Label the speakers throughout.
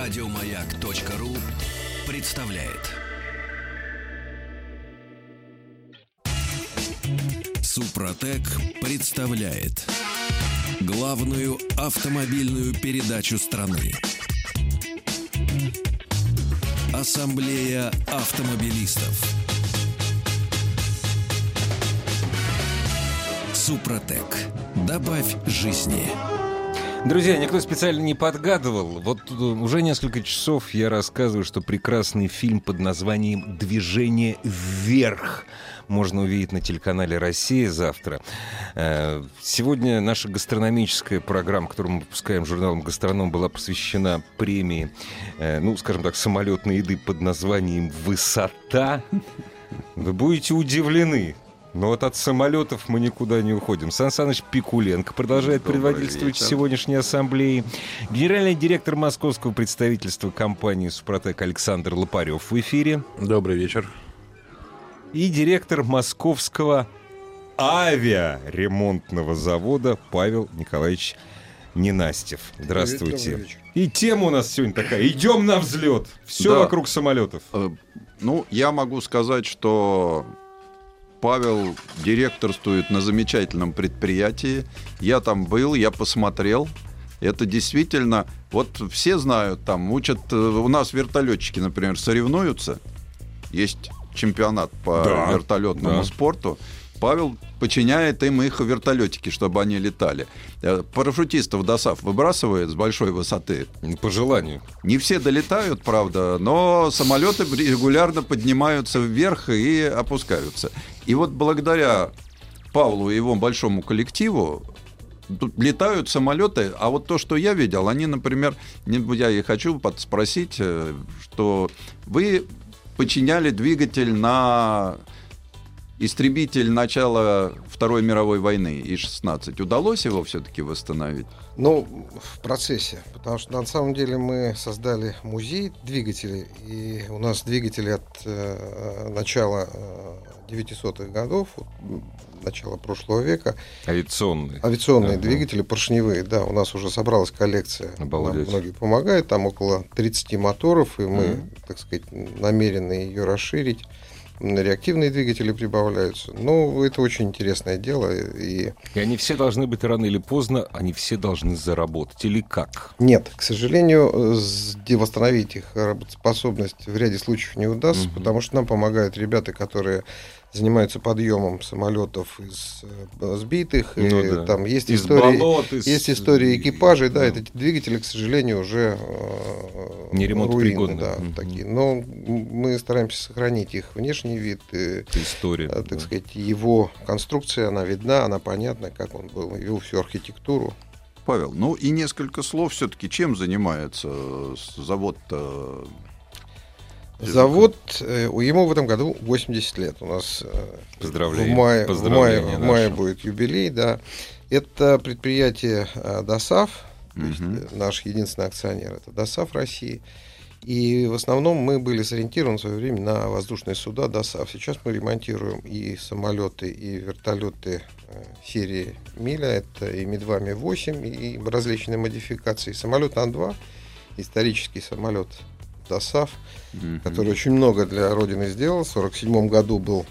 Speaker 1: Радиомаяк.ру представляет. Супротек представляет главную автомобильную передачу страны. Ассамблея автомобилистов. Супротек. Добавь жизни.
Speaker 2: Друзья, никто специально не подгадывал. Вот уже несколько часов я рассказываю, что прекрасный фильм под названием «Движение вверх» можно увидеть на телеканале «Россия» завтра. Сегодня наша гастрономическая программа, которую мы выпускаем журналом «Гастроном», была посвящена премии, скажем так, самолетной еды под названием «Высота». Вы будете удивлены. Но вот от самолетов мы никуда не уходим. Сан Саныч Пикуленко продолжает предводительствовать сегодняшней ассамблее. Генеральный директор московского представительства компании «Супротек» Александр Лопарев в эфире.
Speaker 3: Добрый вечер.
Speaker 2: И директор московского авиаремонтного завода Павел Николаевич Ненастьев. Здравствуйте. И тема у нас сегодня такая: идем на взлет. Все вокруг самолетов.
Speaker 3: Я могу сказать, что Павел директорствует на замечательном предприятии. Я там был, я посмотрел. Это действительно, вот все знают, там учат, у нас вертолетчики, например, соревнуются. Есть чемпионат по вертолетному спорту. Павел подчиняет им их вертолетики, чтобы они летали. Парашютистов ДОСААФ выбрасывает с большой высоты.
Speaker 2: По желанию.
Speaker 3: Не все долетают, правда, но самолеты регулярно поднимаются вверх и опускаются. И вот благодаря Павлу и его большому коллективу летают самолеты. А вот то, что я видел, они, например, я и хочу спросить, что вы подчиняли двигатель на истребитель начала Второй мировой войны И-16. Удалось его все-таки восстановить?
Speaker 4: В процессе. Потому что на самом деле мы создали музей двигателей. И у нас двигатели от начала 900-х годов, начала прошлого века. Авиационные двигатели, поршневые. Да, у нас уже собралась коллекция.
Speaker 2: Обалдеть.
Speaker 4: Нам многие помогают. Там около 30 моторов. И мы, так сказать, намерены ее расширить. Реактивные двигатели прибавляются. Это очень интересное дело. И
Speaker 2: они все должны быть рано или поздно, они все должны заработать. Или как?
Speaker 4: Нет, к сожалению, восстановить их работоспособность в ряде случаев не удастся, потому что нам помогают ребята, которые занимаются подъемом самолетов из сбитых. Там есть истории экипажей. Эти двигатели, к сожалению, уже
Speaker 2: не ремонтопригодны.
Speaker 4: Такие. Но мы стараемся сохранить их внешний вид.
Speaker 2: История.
Speaker 4: Так сказать, его конструкция, она видна, она понятна, как он был, вел всю архитектуру.
Speaker 3: Павел, и несколько слов все-таки. Чем занимается завод-то?
Speaker 4: Завод, ему в этом году 80 лет. У нас в мае будет юбилей. Да. Это предприятие ДОСААФ, то есть наш единственный акционер, это ДОСААФ России. И в основном мы были сориентированы в свое время на воздушные суда ДОСААФ. Сейчас мы ремонтируем и самолеты, и вертолеты серии Миля. Это и Ми-2, Ми-8, и различные модификации. Самолет Ан-2, исторический самолет ДОСААФ, который очень много для Родины сделал. В 1947 году был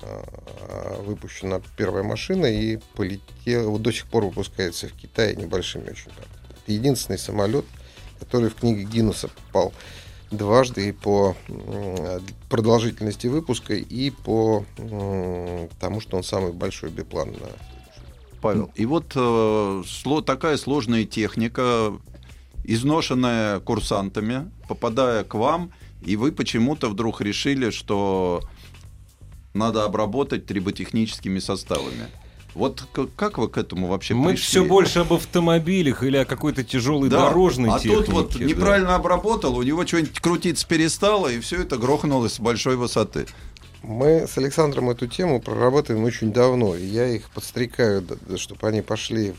Speaker 4: выпущена первая машина и полетел, до сих пор выпускается в Китае небольшими очень. Это единственный самолет, который в книге Гиннесса попал дважды и по продолжительности выпуска, и по тому, что он самый большой биплан.
Speaker 3: Павел, и вот такая сложная техника, изношенная курсантами, попадая к вам, и вы почему-то вдруг решили, что надо обработать триботехническими составами. Вот как вы к этому вообще пришли?
Speaker 2: Мы все больше об автомобилях или о какой-то тяжелой дорожной технике.
Speaker 3: А тут неправильно обработал, у него что-нибудь крутиться перестало, и все это грохнулось с большой высоты.
Speaker 4: Мы с Александром эту тему прорабатываем очень давно, и я их подстрекаю, чтобы они пошли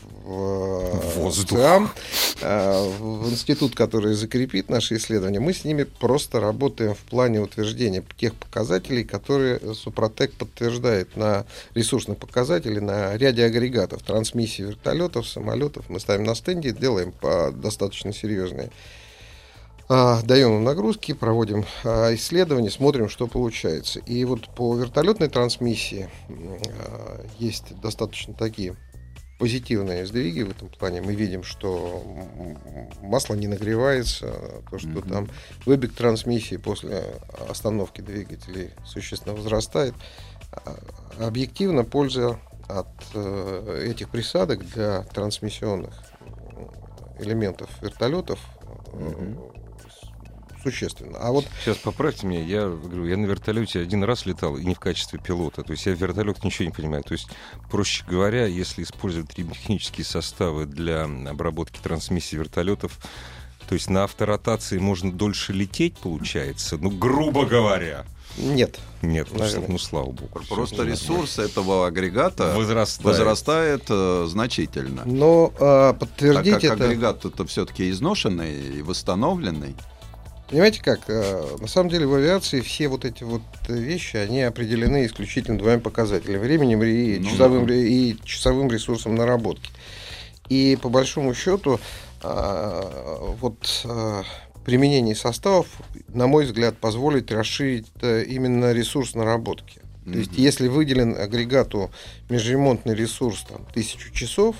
Speaker 4: в ЦИАМ, в институт, который закрепит наши исследования. Мы с ними просто работаем в плане утверждения тех показателей, которые Супротек подтверждает на ресурсных показателях, на ряде агрегатов, трансмиссий вертолетов, самолетов. Мы ставим на стенде, делаем достаточно серьезные даем им нагрузки, проводим исследования, смотрим, что получается. И вот по вертолетной трансмиссии есть достаточно такие позитивные сдвиги в этом плане. Мы видим, что масло не нагревается, то, что там выбег трансмиссии после остановки двигателей существенно возрастает. Объективно польза от этих присадок для трансмиссионных элементов вертолетов существенно. А вот
Speaker 2: сейчас поправьте меня, я говорю, я на вертолете один раз летал, и не в качестве пилота. То есть я в вертолет ничего не понимаю. То есть, проще говоря, если использовать технические составы для обработки трансмиссии вертолетов, то есть на авторотации можно дольше лететь, получается, ну, грубо говоря.
Speaker 4: Нет,
Speaker 2: слава богу.
Speaker 3: Просто ресурс этого агрегата возрастает значительно.
Speaker 4: Но подтвердить
Speaker 3: так как агрегат это все-таки изношенный и восстановленный.
Speaker 4: Понимаете как? На самом деле в авиации все вот эти вот вещи, они определены исключительно двумя показателями: временем и часовым ресурсом наработки. И по большому счету применение составов, на мой взгляд, позволит расширить именно ресурс наработки. То есть, если выделен агрегату межремонтный ресурс 1000 часов,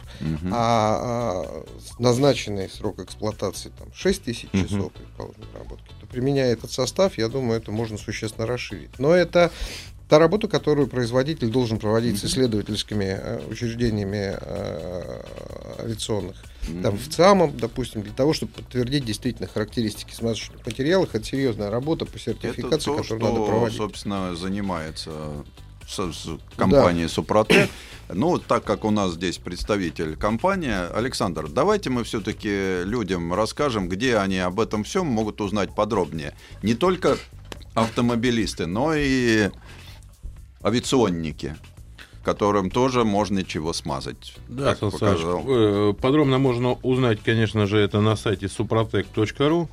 Speaker 4: а назначенный срок эксплуатации 6000 часов, предположим, наработки, то, применяя этот состав, я думаю, это можно существенно расширить. Но это та работа, которую производитель должен проводить с исследовательскими учреждениями авиационных, в ЦИАМом, допустим, для того, чтобы подтвердить действительно характеристики смазочных материалов. Это серьезная работа по сертификации, которую надо проводить.
Speaker 3: Собственно, занимается компания Супротек. Ну, так как у нас здесь представитель компании, Александр, давайте мы все-таки людям расскажем, где они об этом всем могут узнать подробнее. Не только автомобилисты, но и авиационники, которым тоже можно чего смазать.
Speaker 5: Да, подробно можно узнать, конечно же, это на сайте suprotec.ru.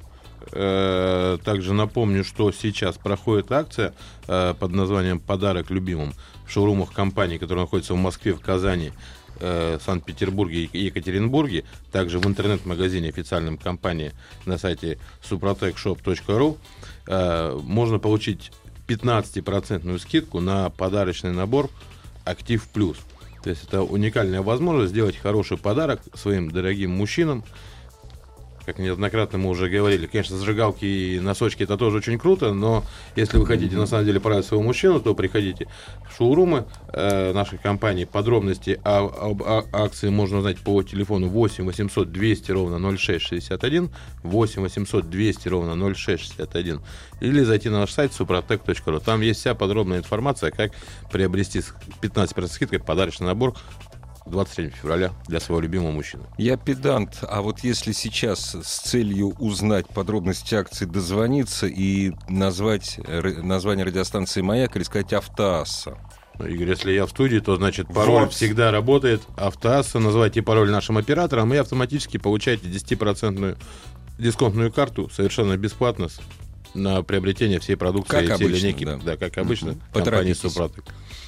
Speaker 5: Также напомню, что сейчас проходит акция под названием «Подарок любимым» в шоурумах компаний, которые находятся в Москве, в Казани, Санкт-Петербурге и Екатеринбурге. Также в интернет-магазине официальном компании на сайте suprotecshop.ru можно получить 15% скидку на подарочный набор «Актив Плюс». То есть это уникальная возможность сделать хороший подарок своим дорогим мужчинам. Как неоднократно мы уже говорили, конечно, зажигалки и носочки — это тоже очень круто, но если вы хотите на самом деле порадовать своего мужчину, то приходите в шоурумы нашей компании. Подробности об акции можно узнать по телефону 8 800 200 ровно 0661, 8 800 200 ровно 0661, или зайти на наш сайт suprotec.ru. Там есть вся подробная информация, как приобрести 15% скидкой подарочный набор 23 февраля для своего любимого мужчины.
Speaker 2: Я педант, а вот если сейчас с целью узнать подробности акции дозвониться и назвать название радиостанции «Маяк» или сказать «Автоасса».
Speaker 5: Игорь, если я в студии, то значит пароль всегда работает. «Автоасса», называйте пароль нашим операторам, и автоматически получаете 10% дисконтную карту совершенно бесплатно на приобретение всей продукции, всей линейки. Да, как обычно, компании «Супротек».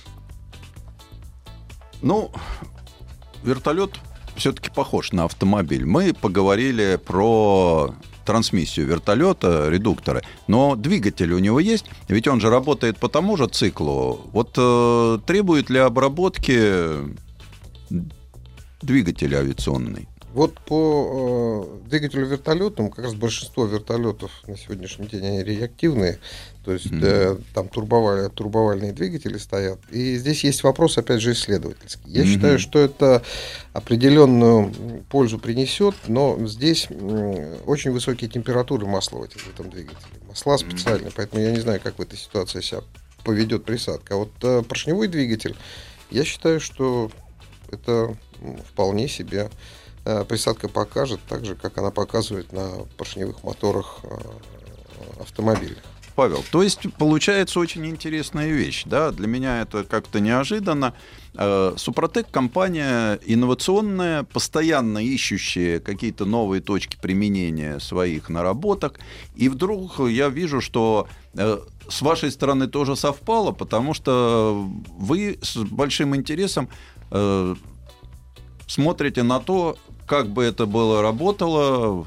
Speaker 3: Ну, вертолет все-таки похож на автомобиль. Мы поговорили про трансмиссию вертолета, редукторы, но двигатель у него есть, ведь он же работает по тому же циклу. Вот требует ли обработки двигатель авиационный?
Speaker 4: Вот по двигателю вертолетам, как раз большинство вертолетов на сегодняшний день они реактивные, то есть там турбовальные двигатели стоят. И здесь есть вопрос, опять же, исследовательский. Я считаю, что это определенную пользу принесет, но здесь очень высокие температуры масла в этом двигателе. Масла специальные, поэтому я не знаю, как в этой ситуации себя поведет присадка. А вот поршневой двигатель, я считаю, что это вполне себе присадка покажет так же, как она показывает на поршневых моторах автомобилей.
Speaker 3: Павел, то есть получается очень интересная вещь, да? Для меня это как-то неожиданно. Супротек — компания инновационная, постоянно ищущая какие-то новые точки применения своих наработок. И вдруг я вижу, что с вашей стороны тоже совпало, потому что вы с большим интересом смотрите на то, как бы это было работало,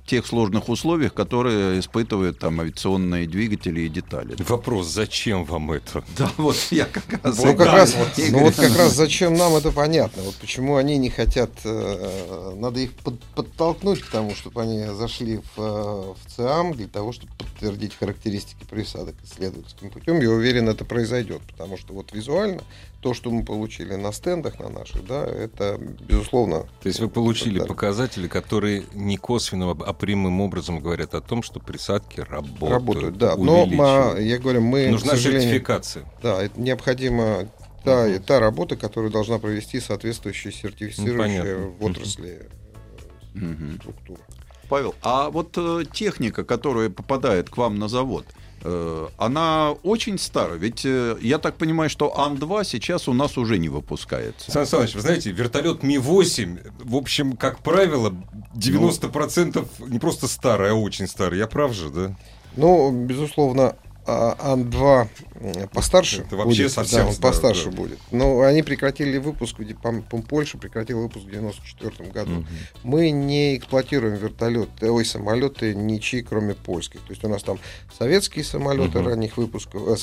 Speaker 3: тех сложных условиях, которые испытывают там авиационные двигатели и детали.
Speaker 2: Вопрос, зачем вам это?
Speaker 3: Да, вот я как раз...
Speaker 4: как раз зачем нам это понятно. Вот почему они не хотят... Надо их подтолкнуть к тому, чтобы они зашли в ЦИАМ для того, чтобы подтвердить характеристики присадок исследовательским путем. Я уверен, это произойдет, потому что вот визуально то, что мы получили на стендах на наших, да, это, безусловно...
Speaker 2: То есть вы получили показатели, которые не косвенно, а прямым образом говорят о том, что присадки работают,
Speaker 4: да. Но я говорю,
Speaker 2: нужна сертификация.
Speaker 4: Да, это необходимо та работа, которую должна провести соответствующая сертифицирующая в отрасли структура.
Speaker 3: Павел, а вот техника, которая попадает к вам на завод, она очень старая. Ведь я так понимаю, что Ан-2 сейчас у нас уже не выпускается.
Speaker 2: Сан Саныч, вы знаете, вертолет Ми-8, в общем, как правило, 90% не просто старый, а очень старый. Я прав же, да?
Speaker 4: Ну, безусловно, Ан-2 постарше.
Speaker 2: Это вообще будет, совсем
Speaker 4: он постарше будет. Но они прекратили выпуск, Польша прекратила выпуск в 1994 году. Мы не эксплуатируем самолеты ничьи, кроме польских. То есть у нас там советские самолеты ранних выпусков,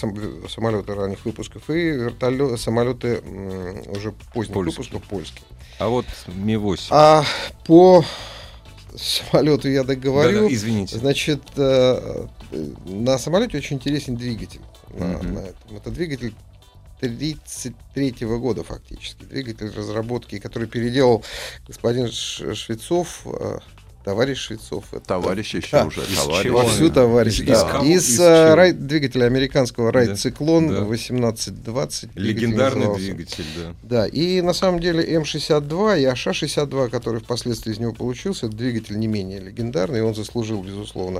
Speaker 4: и самолеты уже поздних выпусков польские.
Speaker 2: А вот Ми-8.
Speaker 4: А по самолету я договорю.
Speaker 2: Да, извините.
Speaker 4: Значит, на самолете очень интересен двигатель. На этом. Это двигатель 1933 года фактически. Двигатель разработки, который переделал господин Швецов. Товарищ Швецов.
Speaker 3: Товарищ еще уже.
Speaker 4: Вовсю товарищ. Из двигателя американского Райт-циклон 1820.
Speaker 2: Легендарный двигатель, да.
Speaker 4: Да, и на самом деле М-62 и АШ-62, который впоследствии из него получился, это двигатель не менее легендарный, и он заслужил, безусловно,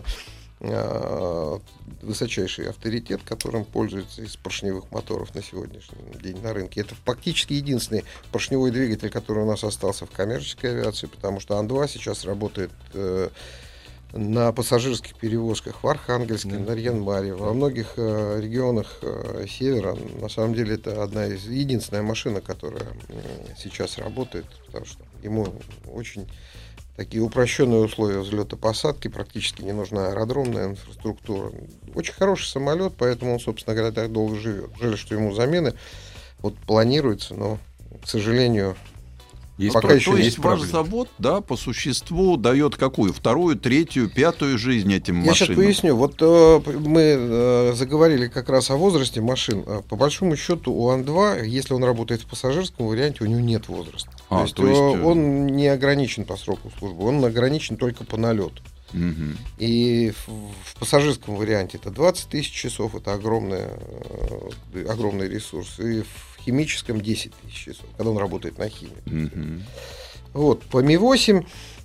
Speaker 4: высочайший авторитет, которым пользуются из поршневых моторов на сегодняшний день на рынке. Это фактически единственный поршневой двигатель, который у нас остался в коммерческой авиации, потому что Ан-2 сейчас работает на пассажирских перевозках в Архангельске, на Нарьян-Маре, во многих регионах севера. На самом деле это единственная машина, которая сейчас работает, потому что ему очень такие упрощенные условия взлета-посадки, практически не нужна аэродромная инфраструктура. Очень хороший самолет, поэтому он, собственно говоря, так долго живет. Жаль, что ему замены планируется, но, к сожалению, пока еще
Speaker 3: то есть ваш завод, да, по существу дает какую? Вторую, третью, пятую жизнь этим машинам?
Speaker 4: Я сейчас поясню. Вот мы заговорили как раз о возрасте машин. По большому счету у Ан-2, если он работает в пассажирском варианте, у него нет возраста. То есть он не ограничен по сроку службы, он ограничен только по налету. И в пассажирском варианте это 20 тысяч часов, это огромный ресурс. И в химическом 10 тысяч часов, когда он работает на химии. Вот, по Ми-8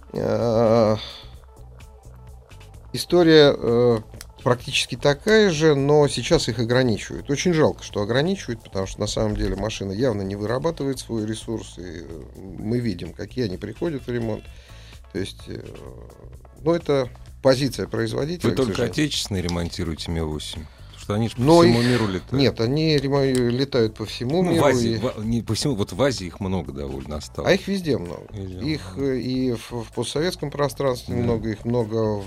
Speaker 4: история практически такая же, но сейчас их ограничивают. Очень жалко, что ограничивают, потому что на самом деле машина явно не вырабатывает свой ресурс, и мы видим, какие они приходят в ремонт. То есть, это позиция производителя.
Speaker 2: Вы только отечественные ремонтируете Ми-8? Что они же по всему миру летают.
Speaker 4: Нет, они летают по всему миру.
Speaker 2: В Азии, не по всему, вот в Азии их много довольно осталось.
Speaker 4: А их везде много. Их и в постсоветском пространстве много, их много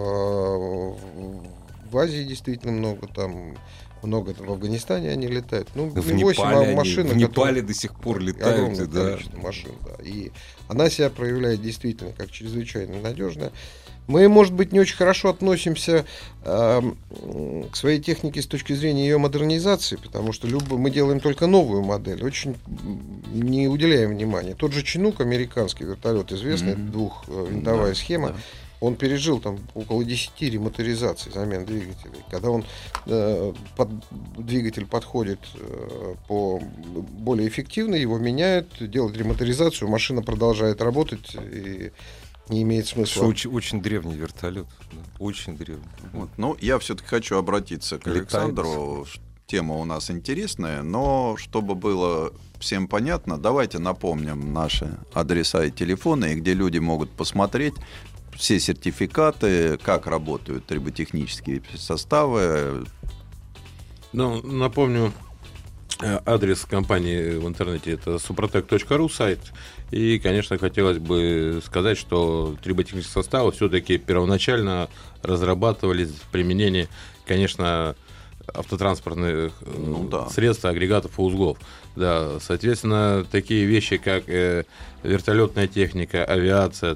Speaker 4: в Азии действительно много, там много в Афганистане они летают.
Speaker 2: В Непале, машина, в Непале до сих пор летают.
Speaker 4: Огромное количество машин, да. И она себя проявляет действительно как чрезвычайно надежная. Мы, может быть, не очень хорошо относимся к своей технике с точки зрения ее модернизации, потому что мы делаем только новую модель, очень не уделяем внимания. Тот же Чинук, американский вертолет, известный, двухвинтовая схема, да. Он пережил там около 10 ремоторизаций, замен двигателей. Когда двигатель подходит более эффективно, его меняют, делают ремоторизацию, машина продолжает работать и не имеет смысла.
Speaker 2: Очень древний вертолет. Да, очень древний.
Speaker 3: Я все-таки хочу обратиться к Александру. Тема у нас интересная, но чтобы было всем понятно, давайте напомним наши адреса и телефоны, где люди могут посмотреть все сертификаты, как работают триботехнические составы.
Speaker 5: Напомню Адрес компании в интернете — это suprotec.ru сайт. И, конечно, хотелось бы сказать, что триботехнические составы все-таки первоначально разрабатывались в применении, конечно, автотранспортных средств, агрегатов и узлов. Да, соответственно, такие вещи, как вертолетная техника, авиация,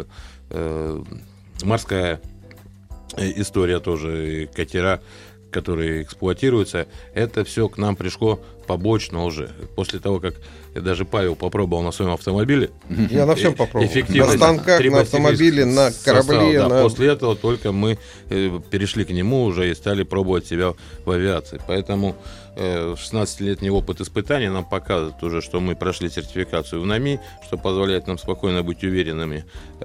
Speaker 5: морская история тоже, и катера, которые эксплуатируются, это все к нам пришло побочно уже. После того, как даже Павел попробовал на своем автомобиле.
Speaker 4: Я на всем попробовал. На станках, на автомобиле, на корабле.
Speaker 5: Да, после этого только мы перешли к нему уже и стали пробовать себя в авиации. Поэтому 16-летний опыт испытаний нам показывает уже, что мы прошли сертификацию в НАМИ, что позволяет нам спокойно быть уверенными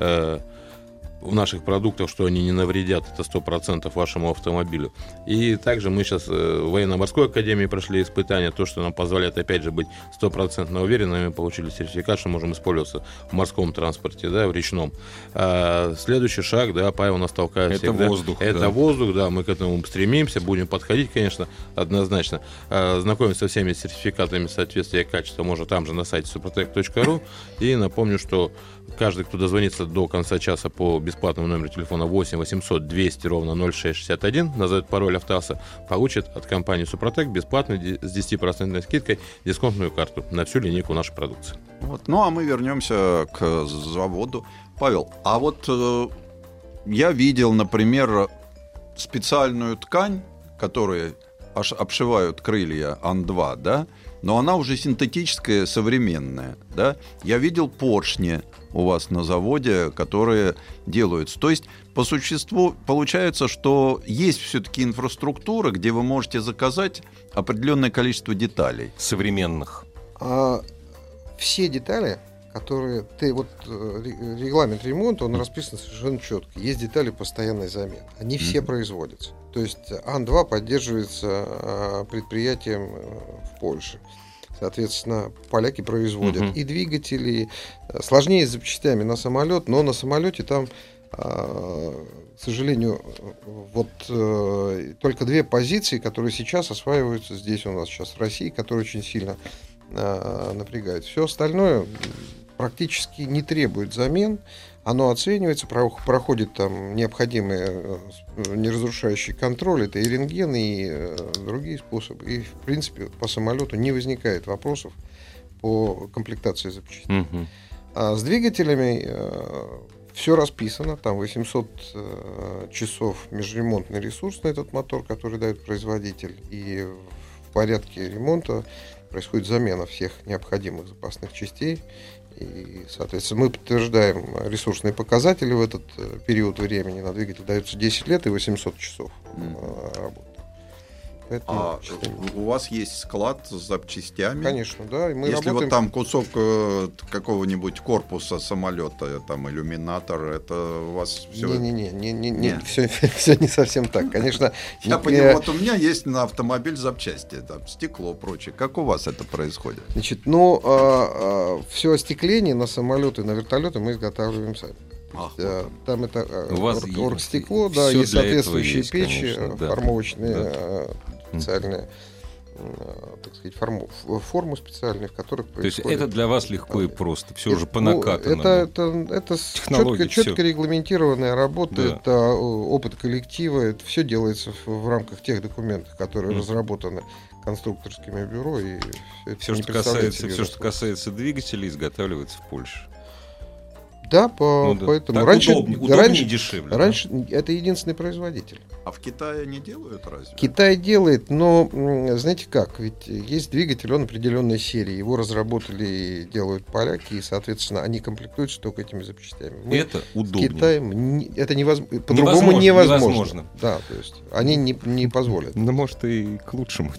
Speaker 5: в наших продуктах, что они не навредят, это 100% вашему автомобилю. И также мы сейчас в военно-морской академии прошли испытания, то, что нам позволяет, опять же, быть 100% уверенными, мы получили сертификат, что можем использоваться в морском транспорте, да, в речном. Следующий шаг, да, Павел нас толкает
Speaker 2: всегда. Это воздух.
Speaker 5: Это воздух, да, мы к этому стремимся, будем подходить, конечно, однозначно. Знакомиться со всеми сертификатами соответствия качества можно там же на сайте suprotec.ru. И напомню, что каждый, кто дозвонится до конца часа по бесплатному номеру телефона 8 800 200 ровно 0661, назовет пароль автоаса, получит от компании Супротек бесплатно с 10% скидкой дисконтную карту на всю линейку нашей продукции.
Speaker 3: Вот. Ну, а мы вернемся к заводу. Павел, а вот я видел, например, специальную ткань, которую обшивают крылья Ан-2, да? Но она уже синтетическая, современная, да? Я видел поршни у вас на заводе, которые делаются. То есть, по существу, получается, что есть все-таки инфраструктура, где вы можете заказать определенное количество деталей.
Speaker 2: Современных.
Speaker 4: Все детали, которые... регламент ремонта, он расписан совершенно четко. Есть детали постоянной замены. Они все производятся. То есть Ан-2 поддерживается предприятием в Польше. Соответственно, поляки производят и двигатели. Сложнее с запчастями на самолет, но на самолете там, к сожалению, только 2 позиции, которые сейчас осваиваются здесь у нас сейчас в России, которые очень сильно напрягают. Все остальное практически не требует замен. Оно оценивается, проходит там необходимый неразрушающий контроль, это и рентген, и другие способы. И, в принципе, по самолету не возникает вопросов по комплектации запчастей. А с двигателями все расписано, там 800 часов межремонтный ресурс на этот мотор, который дает производитель, и в порядке ремонта происходит замена всех необходимых запасных частей. И, соответственно, мы подтверждаем ресурсные показатели в этот период времени. На двигатель дается 10 лет и 800 часов работы.
Speaker 3: Поэтому, у вас есть склад с запчастями?
Speaker 4: Конечно, да. И мы
Speaker 3: Если
Speaker 4: работаем...
Speaker 3: вот там кусок какого-нибудь корпуса самолета, там иллюминатор, это у вас все...
Speaker 4: Не, все не совсем так, конечно.
Speaker 3: Я понимаю, вот у меня есть на автомобиль запчасти, там стекло, прочее. Как у вас это происходит?
Speaker 4: Значит, все остекление на самолеты, на вертолеты мы изготавливаем сами. Там это оргстекло, да, есть соответствующие печи, конечно, формовочные, специальные, так сказать, форму специальные, в которых происходит...
Speaker 2: То есть это для вас легко и просто, все уже по накатанному.
Speaker 4: Это четко регламентированная работа, да. Это опыт коллектива, это все делается в рамках тех документов, которые разработаны конструкторскими бюро. И
Speaker 2: все, что касается двигателей, изготавливается в Польше.
Speaker 4: Да, поэтому
Speaker 2: так
Speaker 4: раньше
Speaker 2: удобнее и дешевле.
Speaker 4: Раньше это единственный производитель.
Speaker 3: А в Китае не делают разве?
Speaker 4: Китай делает, но знаете как, ведь есть двигатель, он определенной серии, его разработали и делают поляки, и, соответственно, они комплектуются только этими запчастями.
Speaker 2: Это удобнее.
Speaker 4: Китаем это по-другому невозможно. Да, то есть они не позволят.
Speaker 2: Ну, может, и к лучшему.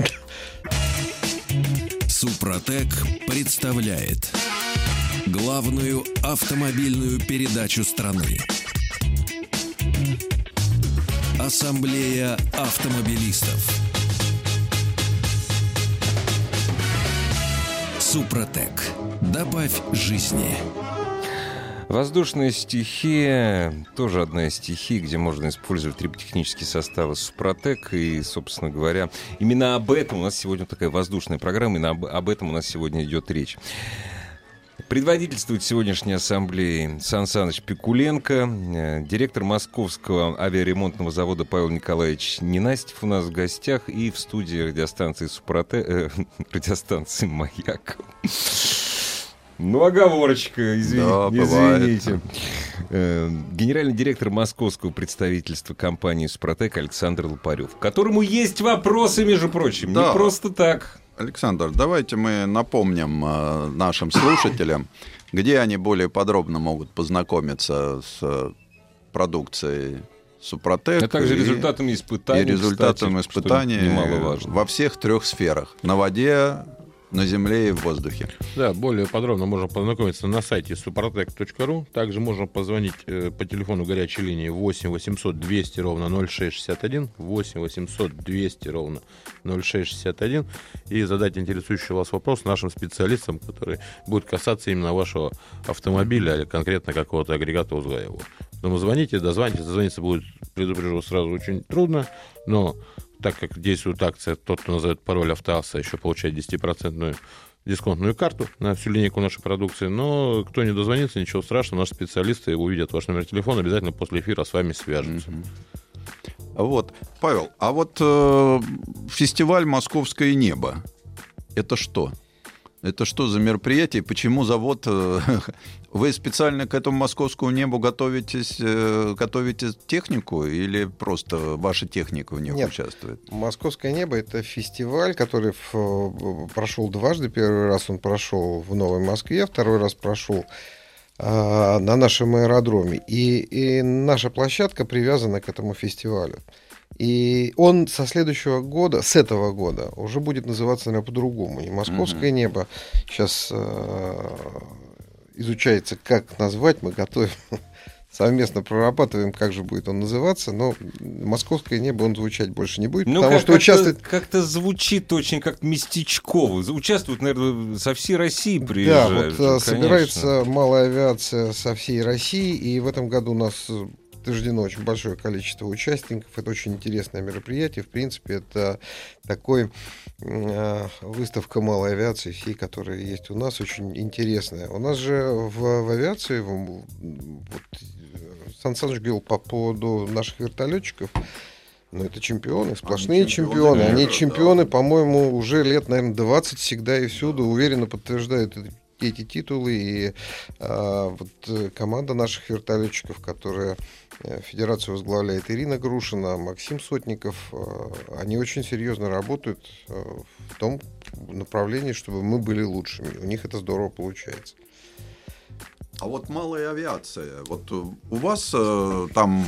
Speaker 1: Супротек представляет главную автомобильную передачу страны. Ассамблея автомобилистов. Супротек. Добавь жизни.
Speaker 2: Воздушная стихия тоже одна из стихий, где можно использовать триботехнические составы Супротек. И, собственно говоря, именно об этом у нас сегодня такая воздушная программа, именно об этом у нас сегодня идет речь. Предводительствует сегодняшней ассамблее Сан Саныч Пикуленко, директор Московского авиаремонтного завода Павел Николаевич Ненастьев у нас в гостях, и в студии радиостанции радиостанции «Маяк». Оговорочка, извините. Генеральный директор московского представительства компании «Супротек» Александр Лопарев, которому есть вопросы, между прочим, не просто так.
Speaker 3: Александр, давайте мы напомним нашим слушателям, где они более подробно могут познакомиться с продукцией Супротек.
Speaker 2: А также результатами испытаний.
Speaker 3: И результатами испытаний
Speaker 2: немаловажно.
Speaker 3: Во всех 3 сферах. На воде, на земле и в воздухе.
Speaker 5: Да, более подробно можно познакомиться на сайте suprotec.ru. Также можно позвонить по телефону горячей линии 8 800 200 ровно 0661, 8 800 200 ровно 0661 и задать интересующий вас вопрос нашим специалистам, который будет касаться именно вашего автомобиля или конкретно какого-то агрегата узла его. Поэтому звоните, дозвониться будет, предупрежу сразу, очень трудно, но так как действует акция, тот, кто назовет пароль автоасса, еще получает 10% дисконтную карту на всю линейку нашей продукции. Но кто не дозвонится, ничего страшного, наши специалисты увидят ваш номер телефона, обязательно после эфира с вами свяжутся.
Speaker 3: Вот, Павел, а вот фестиваль «Московское небо» — это что? Это что за мероприятие? Почему завод... Вы специально к этому московскому небу готовите технику или просто ваша техника в нем участвует?
Speaker 4: «Московское небо» — это фестиваль, который прошел дважды. Первый раз он прошел в Новой Москве, второй раз прошел на нашем аэродроме. И наша площадка привязана к этому фестивалю. И он с этого года уже будет называться, наверное, по-другому. Не «Московское небо». Сейчас изучается, как назвать, мы готовим, совместно прорабатываем, как же будет он называться, но «Московское небо» он звучать больше не будет, потому что участвует...
Speaker 2: Как-то звучит очень как-то местечково. Участвуют, наверное, со всей России приезжают.
Speaker 4: Да, вот собирается малая авиация со всей России, и в этом году у нас... подтверждено очень большое количество участников. Это очень интересное мероприятие. В принципе, это такой выставка малой авиации всей, которая есть у нас, очень интересная. У нас же в авиации, Сан Саныч говорил по поводу наших вертолетчиков, но это чемпионы, сплошные чемпионы. Они чемпионы, по-моему, уже лет, наверное, 20 всегда и всюду, уверенно подтверждают эти титулы. И команда наших вертолетчиков, которая федерацию возглавляет Ирина Грушина, Максим Сотников, они очень серьезно работают в том направлении, чтобы мы были лучшими. У них это здорово получается.
Speaker 3: А вот малая авиация, вот у вас там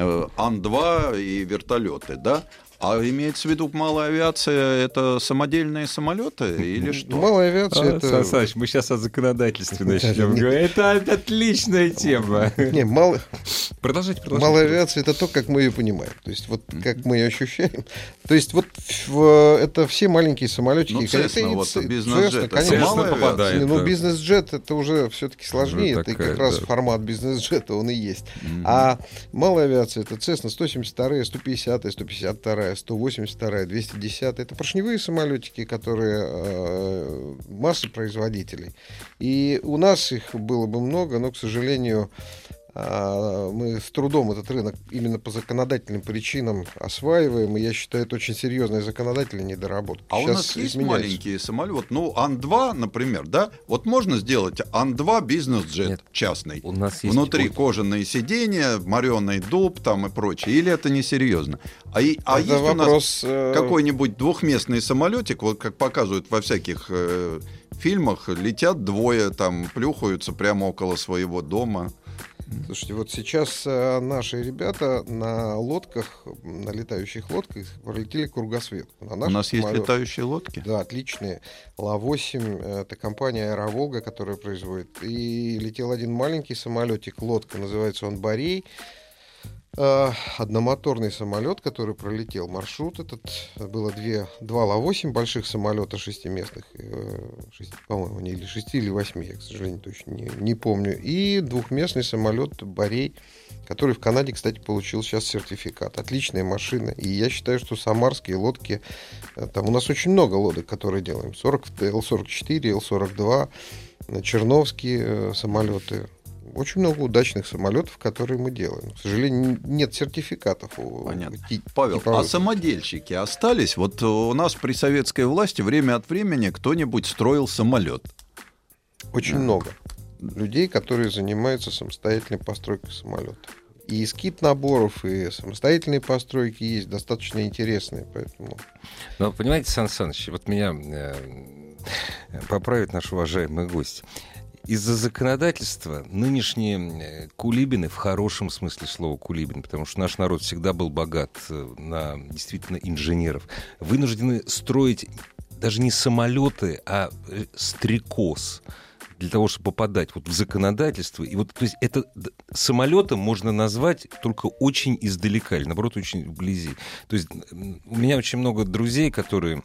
Speaker 3: Ан-2 и вертолеты, да? А имеется в виду малая авиация — это самодельные самолеты или что?
Speaker 4: Малая авиация это...
Speaker 2: Сан Саныч, мы сейчас о законодательстве начнем говорить. Это отличная тема. Продолжайте.
Speaker 4: Малая авиация — это то, как мы ее понимаем. То есть вот как мы ее ощущаем. То есть вот это все маленькие самолетики.
Speaker 3: Ну, Цесна, вот бизнес-джет,
Speaker 4: конечно, попадает. Ну, бизнес-джет — это уже все-таки сложнее. Это как раз формат бизнес-джета, он и есть. А малая авиация — это Цесна 172, 150, 152, 182, 210. Это поршневые самолетики, которые масса производителей. И у нас их было бы много, но, к сожалению, мы с трудом этот рынок именно по законодательным причинам осваиваем, и я считаю, это очень серьезная законодательная недоработка.
Speaker 3: А сейчас у нас есть маленькие самолеты, ну, Ан-2, например, да? Вот можно сделать Ан-2 бизнес-джет частный.
Speaker 2: У нас есть
Speaker 3: внутри кожаные сиденья, мореный дуб там и прочее. Или это несерьезно? А есть вопрос... у нас какой-нибудь двухместный самолетик, вот как показывают во всяких фильмах, летят двое, там плюхаются прямо около своего дома.
Speaker 4: Слушайте, вот сейчас наши ребята на лодках, на летающих лодках пролетели кругосветку.
Speaker 3: У нас есть летающие лодки?
Speaker 4: Да, отличные. Ла-8, это компания «Аэроволга», которая производит. И летел один маленький самолетик, лодка, называется он «Борей». одномоторный самолет, который пролетел маршрут. Этот было два Ла-8 больших самолета шестиместных, по-моему, или 6 или 8, я, к сожалению, точно не помню. И двухместный самолет Борей, который в Канаде, кстати, получил сейчас сертификат. Отличная машина. И я считаю, что самарские лодки, там у нас очень много лодок, которые делаем. Л-44, Л-42, черновские самолеты. Очень много удачных самолетов, которые мы делаем. К сожалению, нет сертификатов.
Speaker 3: Понятно. Павел, а самодельщики остались? Вот у нас при советской власти время от времени кто-нибудь строил самолет.
Speaker 4: Очень много людей, которые занимаются самостоятельной постройкой самолета. И скит-наборов, и самостоятельные постройки есть, достаточно интересные. Поэтому...
Speaker 2: Но, понимаете, Сан Саныч, вот меня поправит наш уважаемый гость. Из-за законодательства нынешние кулибины, в хорошем смысле слова кулибин, потому что наш народ всегда был богат на действительно инженеров, вынуждены строить даже не самолеты, а стрекоз для того, чтобы попадать вот в законодательство. И вот, то есть, это самолетом можно назвать только очень издалека, или наоборот, очень вблизи. То есть у меня очень много друзей, которые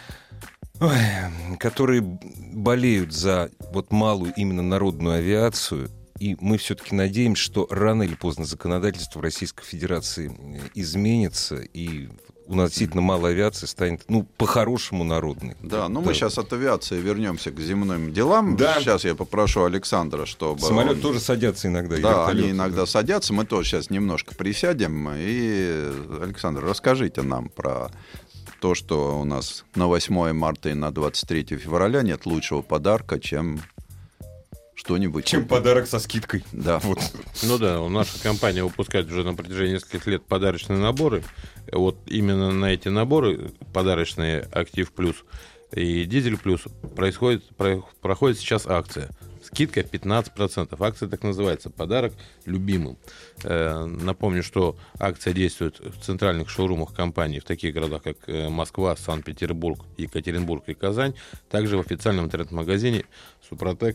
Speaker 2: болеют за вот малую именно народную авиацию, и мы все-таки надеемся, что рано или поздно законодательство в Российской Федерации изменится, и у нас действительно малая авиация станет, по-хорошему народной.
Speaker 3: Да, мы сейчас от авиации вернемся к земным делам. Да. Сейчас я попрошу Александра, чтобы...
Speaker 2: Самолет тоже садятся иногда.
Speaker 3: Да, они иногда садятся, мы тоже сейчас немножко присядем. И, Александр, расскажите нам про... то, что у нас на 8 марта и на 23 февраля нет лучшего подарка, чем что-нибудь.
Speaker 2: Чем подарок со скидкой.
Speaker 3: Да.
Speaker 5: Вот. Наша компания выпускает уже на протяжении нескольких лет подарочные наборы. Вот именно на эти наборы, подарочные Актив Плюс и Дизель Плюс, проходит сейчас акция. Скидка 15%. Акция так называется «Подарок любимым». Напомню, что акция действует в центральных шоурумах компании в таких городах, как Москва, Санкт-Петербург, Екатеринбург и Казань. Также в официальном интернет-магазине Супротек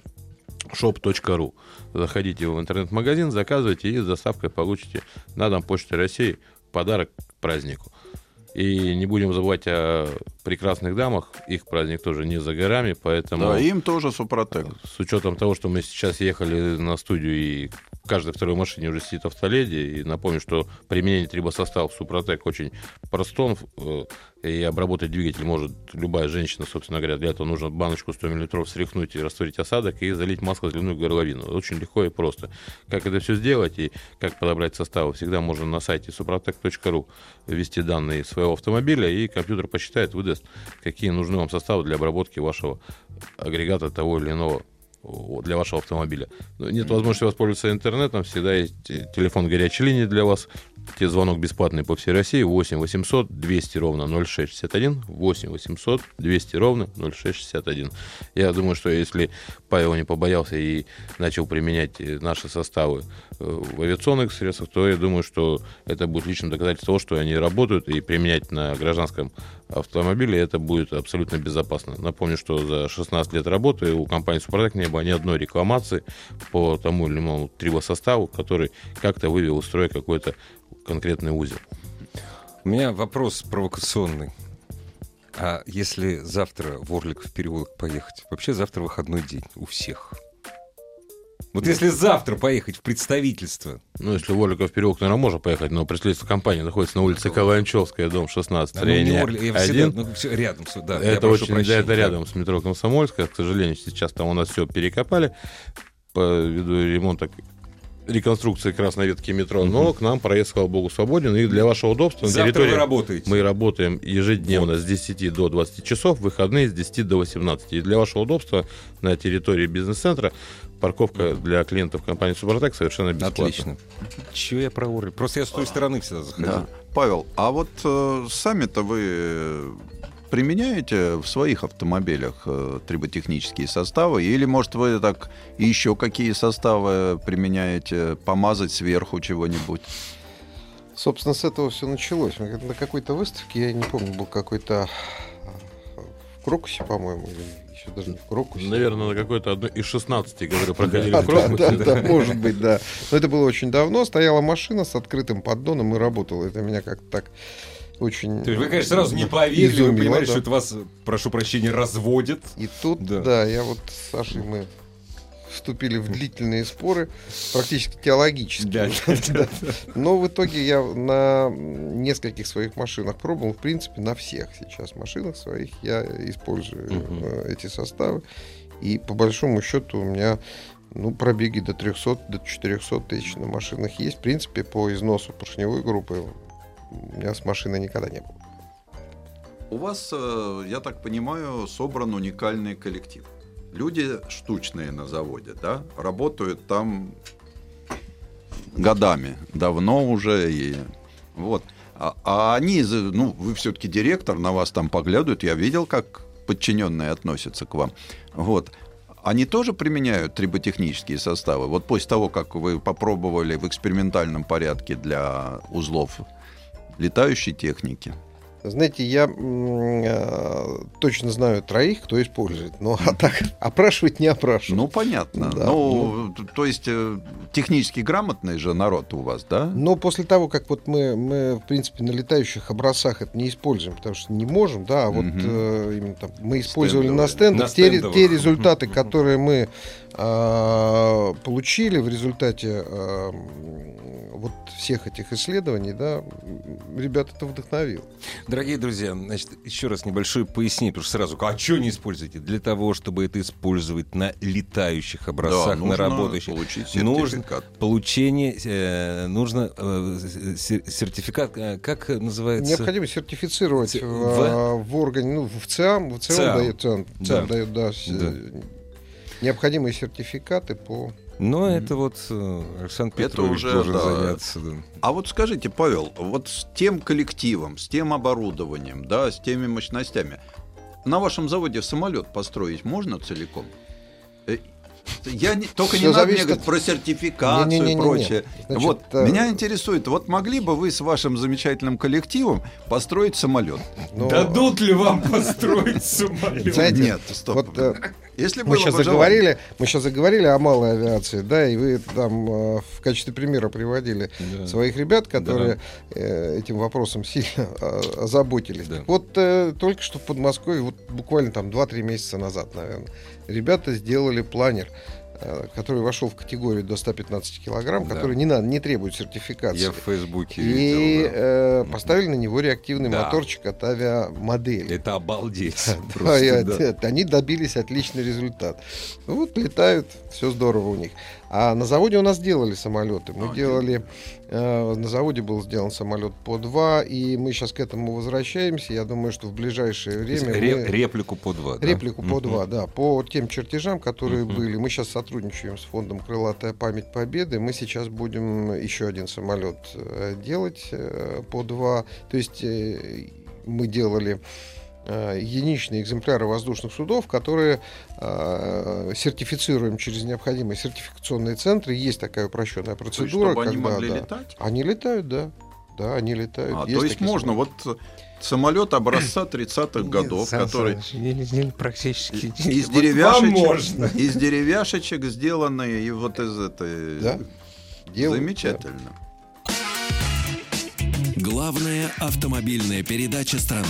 Speaker 5: shop.ru. Заходите в интернет-магазин, заказывайте и с доставкой получите на дом Почты России подарок к празднику. И не будем забывать о прекрасных дамах. Их праздник тоже не за горами, поэтому...
Speaker 3: Да, им тоже Супротек.
Speaker 5: С учетом того, что мы сейчас ехали на студию, и в каждой второй машине уже сидит автоледи, и напомню, что применение трибосостава Супротек очень простон, и обработать двигатель может любая женщина, собственно говоря. Для этого нужно баночку 100 мл встряхнуть и растворить осадок, и залить масло-зеленую горловину. Очень легко и просто. Как это все сделать и как подобрать составы, всегда можно на сайте suprotec.ru ввести данные своего автомобиля, и компьютер посчитает, выдаст, какие нужны вам составы для обработки вашего агрегата того или иного для вашего автомобиля. Нет возможности воспользоваться интернетом, всегда есть телефон горячей линии для вас. Звонок бесплатный по всей России 8 800 200 ровно 0661 8 800 200 ровно 0661. Я думаю, что если Павел не побоялся и начал применять наши составы в авиационных средствах, то я думаю, что это будет личным доказательством того, что они работают, и применять на гражданском автомобиле это будет абсолютно безопасно. Напомню, что за 16 лет работы у компании «Супротек» не было ни одной рекламации по тому или иному трибосоставу, который как-то вывел из строя какой-то конкретный узел.
Speaker 2: У меня вопрос провокационный. А если завтра в Орликов переулок поехать? Вообще завтра выходной день у всех. Вот если завтра поехать в представительство...
Speaker 5: Если в Орликов переулок, наверное, можно поехать, но представительство компании находится на улице Каланчевская, дом 16, строение 1.
Speaker 2: Рядом, да.
Speaker 5: Это очень это рядом с метро Комсомольская. К сожалению, сейчас там у нас все перекопали по виду ремонта, реконструкции красной ветки метро, но к нам проезд, слава богу, свободен. И для вашего удобства
Speaker 2: на территории вы работаете.
Speaker 5: Мы работаем ежедневно с 10 до 20 часов, выходные с 10 до 18. И для вашего удобства на территории бизнес-центра парковка для клиентов компании «Супротек» совершенно бесплатна.
Speaker 2: Отлично. Чего я про Орлик? Просто я с той стороны всегда заходил.
Speaker 3: Да. Павел, а вот сами-то вы применяете в своих автомобилях триботехнические составы? Или, может, вы так еще какие составы применяете? Помазать сверху чего-нибудь?
Speaker 4: Собственно, с этого все началось. На какой-то выставке, я не помню, был какой-то в Крокусе, по-моему, или Крокусе, даже не в Крокусе.
Speaker 5: Наверное, на какой-то одной из 16, которые проходили в Крокусе.
Speaker 4: Да, может быть, да. Но это было очень давно. Стояла машина с открытым поддоном и работала. Это меня как-то так очень...
Speaker 2: То есть вы, конечно, сразу не поверили, вы понимали, что это вас, прошу прощения, разводит.
Speaker 4: И тут, да, я вот с Сашей мы вступили в длительные споры, практически теологические. Но в итоге я на нескольких своих машинах пробовал, в принципе, на всех сейчас машинах своих я использую эти составы. И по большому счету у меня пробеги до 300, до 400 тысяч на машинах есть. В принципе, по износу поршневой группы у меня с машиной никогда не было.
Speaker 3: У вас, я так понимаю, собран уникальный коллектив. Люди штучные на заводе, да, работают там годами, давно уже, и вот. А они, вы все-таки директор, на вас там поглядывают, я видел, как подчиненные относятся к вам. Вот. Они тоже применяют триботехнические составы? Вот после того, как вы попробовали в экспериментальном порядке для узлов летающей техники?
Speaker 4: Знаете, я точно знаю 3, кто использует, но так опрашивать не опрашиваю.
Speaker 3: Понятно. Да. То есть технически грамотный же народ у вас, да?
Speaker 4: Но после того, как вот мы в принципе, на летающих образцах это не используем, потому что не можем, да, а вот именно там мы использовали на стендах те результаты, которые мы получили в результате вот всех этих исследований, да, ребят это вдохновило.
Speaker 2: Дорогие друзья, значит, еще раз небольшое пояснение, потому что сразу, а что не используете? Для того, чтобы это использовать на летающих образцах, на работающих,
Speaker 3: получить сертификат.
Speaker 2: Нужно сертификат, как называется?
Speaker 4: Необходимо сертифицировать в органе, в ЦИАМ, ЦИАМ дает, да. Необходимые сертификаты по...
Speaker 2: Но это вот Александр Петрович должен заняться. Да.
Speaker 3: А вот скажите, Павел, вот с тем коллективом, с тем оборудованием, да, с теми мощностями, на вашем заводе самолет построить можно целиком? Только не надо мне говорить про сертификацию и прочее. Значит, меня интересует, вот могли бы вы с вашим замечательным коллективом построить самолет?
Speaker 2: Дадут ли вам построить самолет?
Speaker 4: Знаете,
Speaker 3: нет, стоп. Если
Speaker 4: мы сейчас заговорили о малой авиации, да, и вы там в качестве примера приводили своих ребят, которые этим вопросом сильно озаботились. Да. Вот только что в Подмосковье, вот буквально там 2-3 месяца назад, наверное, ребята сделали планер, который вошел в категорию до 115 килограмм, который не требует сертификации.
Speaker 2: Я в Фейсбуке
Speaker 4: видел. И поставили на него реактивный моторчик от авиамодели.
Speaker 2: Это обалдеть.
Speaker 4: Они добились отличный результат. Вот летают, все здорово у них. А на заводе у нас делали самолеты. Мы делали... На заводе был сделан самолет По-2, и мы сейчас к этому возвращаемся. Я думаю, что в ближайшее время...
Speaker 2: Реплику По-2, да?
Speaker 4: Реплику По-2, да. По тем чертежам, которые были. Мы сейчас сотрудничаем с фондом «Крылатая память Победы». Мы сейчас будем еще один самолет делать По-2. То есть мы делали... единичные экземпляры воздушных судов, которые сертифицируем через необходимые сертификационные центры. Есть такая упрощенная процедура.
Speaker 3: Чтобы они могли летать?
Speaker 4: Они летают, да. Да, они летают.
Speaker 3: То есть можно вот самолет образца 30-х годов, который
Speaker 2: практически
Speaker 3: из деревяшечек сделанный, и вот из этой...
Speaker 4: Да?
Speaker 3: Замечательно.
Speaker 1: Главная автомобильная передача страны.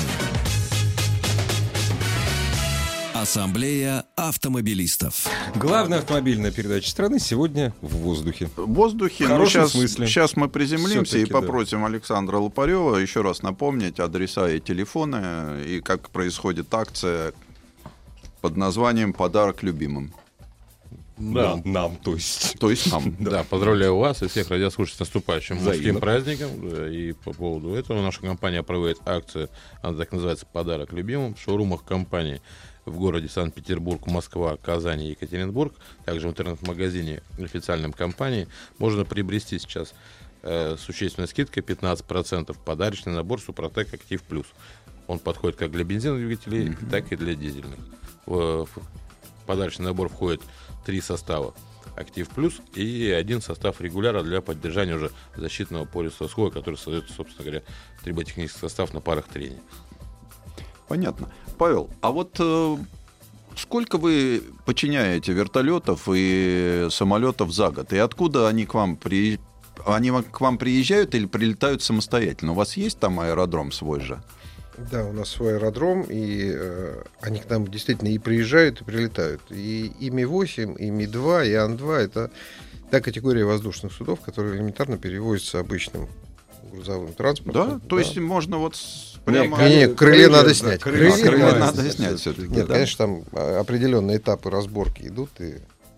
Speaker 1: Ассамблея автомобилистов.
Speaker 2: Главная автомобильная передача страны сегодня в воздухе.
Speaker 3: В воздухе.
Speaker 2: В хорошем смысле.
Speaker 3: Сейчас мы приземлимся и попросим Александра Лопарева еще раз напомнить адреса и телефоны, и как происходит акция под названием «Подарок любимым».
Speaker 2: Нам, то есть.
Speaker 5: То есть нам. Да, поздравляю вас и всех радиослушателей с наступающим мужским праздником. И по поводу этого наша компания проводит акцию, она так называется «Подарок любимым», в шоурумах компании в городе Санкт-Петербург, Москва, Казань и Екатеринбург, также в интернет-магазине официальной компании можно приобрести сейчас с существенной скидкой 15% подарочный набор Супротек Актив Плюс. Он подходит как для бензиновых двигателей, так и для дизельных. В подарочный набор входит 3 состава Актив Плюс и 1 состав регуляра для поддержания уже защитного пористого слоя, который создает, собственно говоря, триботехнический состав на парах трения.
Speaker 3: Понятно. Павел, а вот сколько вы подчиняете вертолетов и самолетов за год? И откуда они к вам приезжают? Они к вам приезжают или прилетают самостоятельно? У вас есть там аэродром свой же?
Speaker 4: Да, у нас свой аэродром, и они к нам действительно и приезжают, и прилетают. И Ми-8, и Ми-2, и Ан-2 — это та категория воздушных судов, которые элементарно перевозятся обычным грузовым транспортом.
Speaker 3: Да? То есть можно вот
Speaker 4: прямо... крылья надо снять.
Speaker 3: Крылья надо снять все-таки.
Speaker 4: Нет, конечно, там определенные этапы разборки идут, и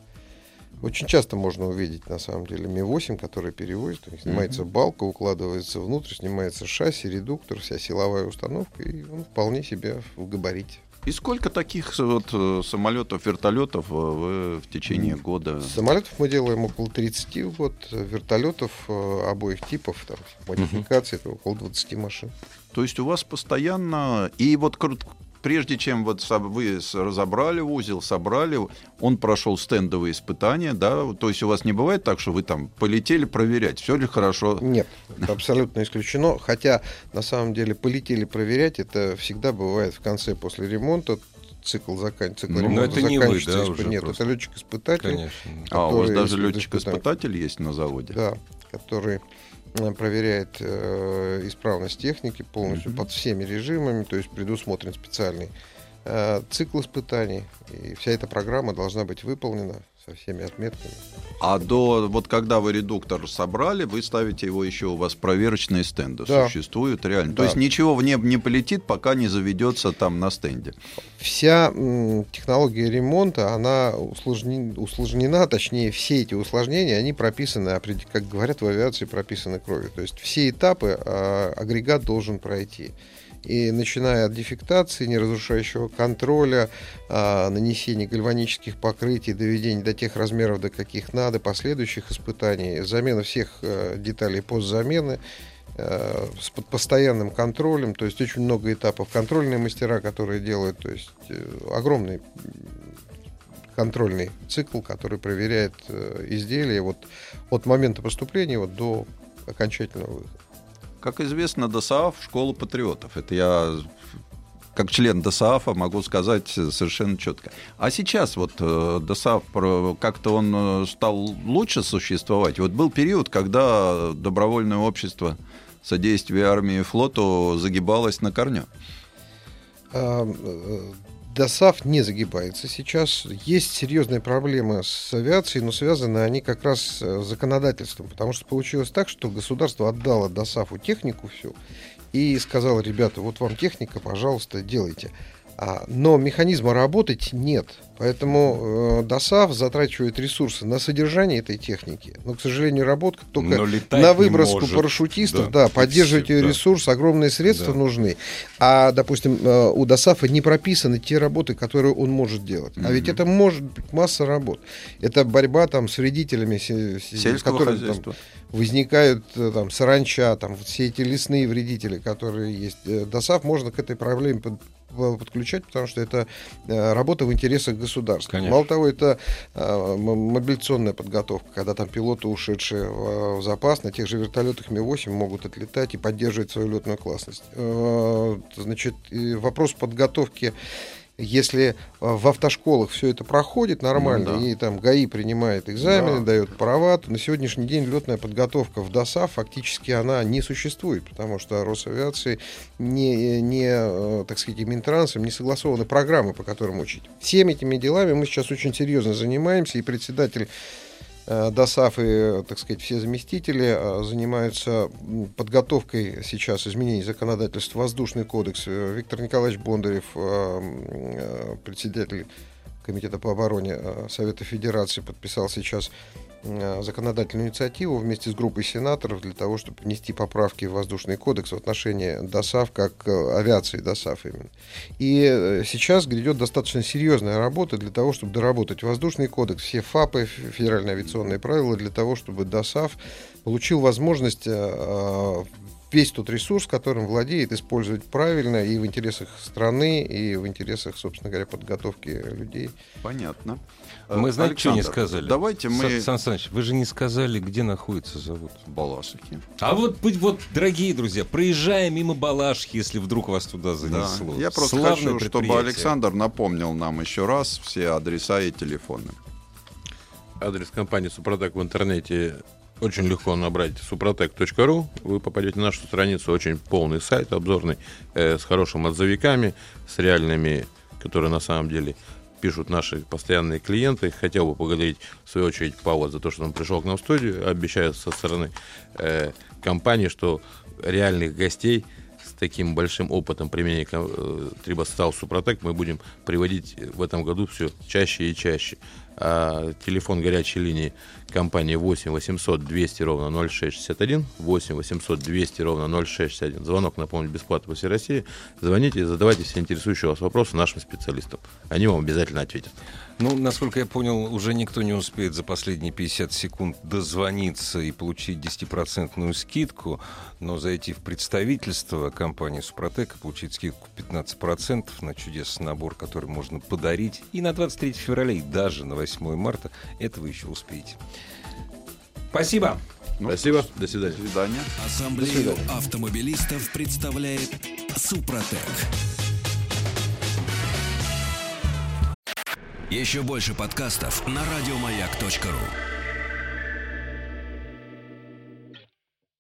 Speaker 4: очень часто можно увидеть, на самом деле, Ми-8, который перевозит. Снимается балка, укладывается внутрь, снимается шасси, редуктор, вся силовая установка, и он вполне себе в габарите.
Speaker 3: И сколько таких вот самолетов, вертолетов вы в течение года?
Speaker 4: Самолетов мы делаем около 30 в год, вертолетов обоих типов, там, модификаций, это около 20 машин.
Speaker 3: То есть у вас постоянно... И вот прежде чем вот вы разобрали узел, собрали, он прошел стендовые испытания, да? То есть у вас не бывает так, что вы там полетели проверять, все ли хорошо?
Speaker 4: Нет, это абсолютно исключено. Хотя, на самом деле, полетели проверять, это всегда бывает в конце, после ремонта. Цикл ремонта заканчивается. Нет, это летчик-испытатель.
Speaker 3: А у вас даже летчик-испытатель есть на заводе?
Speaker 4: Да, который проверяет исправность техники полностью под всеми режимами, то есть предусмотрен специальный цикл испытаний, и вся эта программа должна быть выполнена со всеми отметками.
Speaker 3: А вот когда вы редуктор собрали, вы ставите его еще, у вас проверочные стенды существуют реально. Да. То есть ничего в небо не полетит, пока не заведется там на стенде.
Speaker 4: Вся технология ремонта, она усложнена, точнее, все эти усложнения, они прописаны, как говорят в авиации, прописаны кровью. То есть все этапы агрегат должен пройти. И начиная от дефектации, неразрушающего контроля, нанесения гальванических покрытий, доведения до тех размеров, до каких надо, последующих испытаний, замена всех деталей постзамены с постоянным контролем, то есть очень много этапов. Контрольные мастера, которые делают, то есть огромный контрольный цикл, который проверяет изделие вот от момента поступления вот до окончательного выхода.
Speaker 3: Как известно, ДОСААФ — школа патриотов. Это я, как член ДОСААФа, могу сказать совершенно четко. А сейчас вот ДОСААФ, как-то он стал лучше существовать. Вот был период, когда добровольное общество содействия армии и флоту загибалось на корню.
Speaker 4: ДОСААФ не загибается сейчас. Есть серьезные проблемы с авиацией, но связаны они как раз с законодательством. Потому что получилось так, что государство отдало ДОСААФу технику всю и сказало: ребята, вот вам техника, пожалуйста, делайте. Но механизма работать нет. Поэтому ДОСААФ затрачивает ресурсы на содержание этой техники. Но, к сожалению, работа только на выброску парашютистов. Да, поддерживать ее ресурс, огромные средства нужны. А, допустим, у ДОСААФа не прописаны те работы, которые он может делать. А ведь это может быть масса работ. Это борьба там с вредителями, которые там возникают, там, саранча, там, все эти лесные вредители, которые есть. ДОСААФ можно к этой проблеме подключать, потому что это работа в интересах государства. Конечно. Мало того, это мобилизационная подготовка, когда там пилоты, ушедшие в запас, на тех же вертолетах Ми-8 могут отлетать и поддерживать свою летную классность. Значит, вопрос подготовки, если в автошколах все это проходит нормально, и там ГАИ принимает экзамены, дает права, то на сегодняшний день летная подготовка в ДОСААФ фактически она не существует, потому что Росавиации так сказать, и Минтрансом не согласованы программы, по которым учить. Всеми этими делами мы сейчас очень серьезно занимаемся, и председатель ДОСААФ и, так сказать, все заместители занимаются подготовкой сейчас изменений законодательства. Воздушный кодекс. Виктор Николаевич Бондарев, председатель Комитета по обороне Совета Федерации, подписал сейчас законодательную инициативу вместе с группой сенаторов для того, чтобы внести поправки в Воздушный кодекс в отношении ДОСААФ, как авиации ДОСААФ именно. И сейчас грядет достаточно серьезная работа для того, чтобы доработать Воздушный кодекс, все ФАПы, федеральные авиационные правила, для того, чтобы ДОСААФ получил возможность весь тот ресурс, которым владеет, использовать правильно и в интересах страны, и в интересах, собственно говоря, подготовки людей.
Speaker 3: Понятно.
Speaker 2: Мы, знаете, что не сказали?
Speaker 3: Давайте мы...
Speaker 2: Сан Саныч, вы же не сказали, где находится завод.
Speaker 3: Балашихи.
Speaker 2: А вот, дорогие друзья, проезжая мимо Балашихи, если вдруг вас туда занесло.
Speaker 3: Да. Я просто хочу, чтобы Александр напомнил нам еще раз все адреса и телефоны.
Speaker 5: Адрес компании «Супротек» в интернете очень легко набрать suprotec.ru. Вы попадете на нашу страницу, очень полный сайт, обзорный, с хорошими отзывиками, с реальными, которые на самом деле пишут наши постоянные клиенты. Хотел бы поблагодарить, в свою очередь, Павла за то, что он пришел к нам в студию. Обещаю со стороны компании, что реальных гостей с таким большим опытом применения Трибостал Супротек мы будем приводить в этом году все чаще и чаще. А телефон горячей линии компании 8 800 200 ровно 0661, 8 800 200 ровно 0661. Звонок, напомню, бесплатно по всей России. Звоните и задавайте все интересующие вас вопросы нашим специалистам. Они вам обязательно ответят.
Speaker 2: Ну, насколько я понял, уже никто не успеет за последние 50 секунд дозвониться и получить 10% скидку, но зайти в представительство компании «Супротек» и получить скидку 15% на чудесный набор, который можно подарить и на 23 февраля, и даже на 8 марта, это вы еще успеете. Спасибо.
Speaker 5: Спасибо. До свидания.
Speaker 3: До свидания.
Speaker 1: Ассамблею автомобилистов представляет «Супротек». Еще больше подкастов на радиомаяк.ру.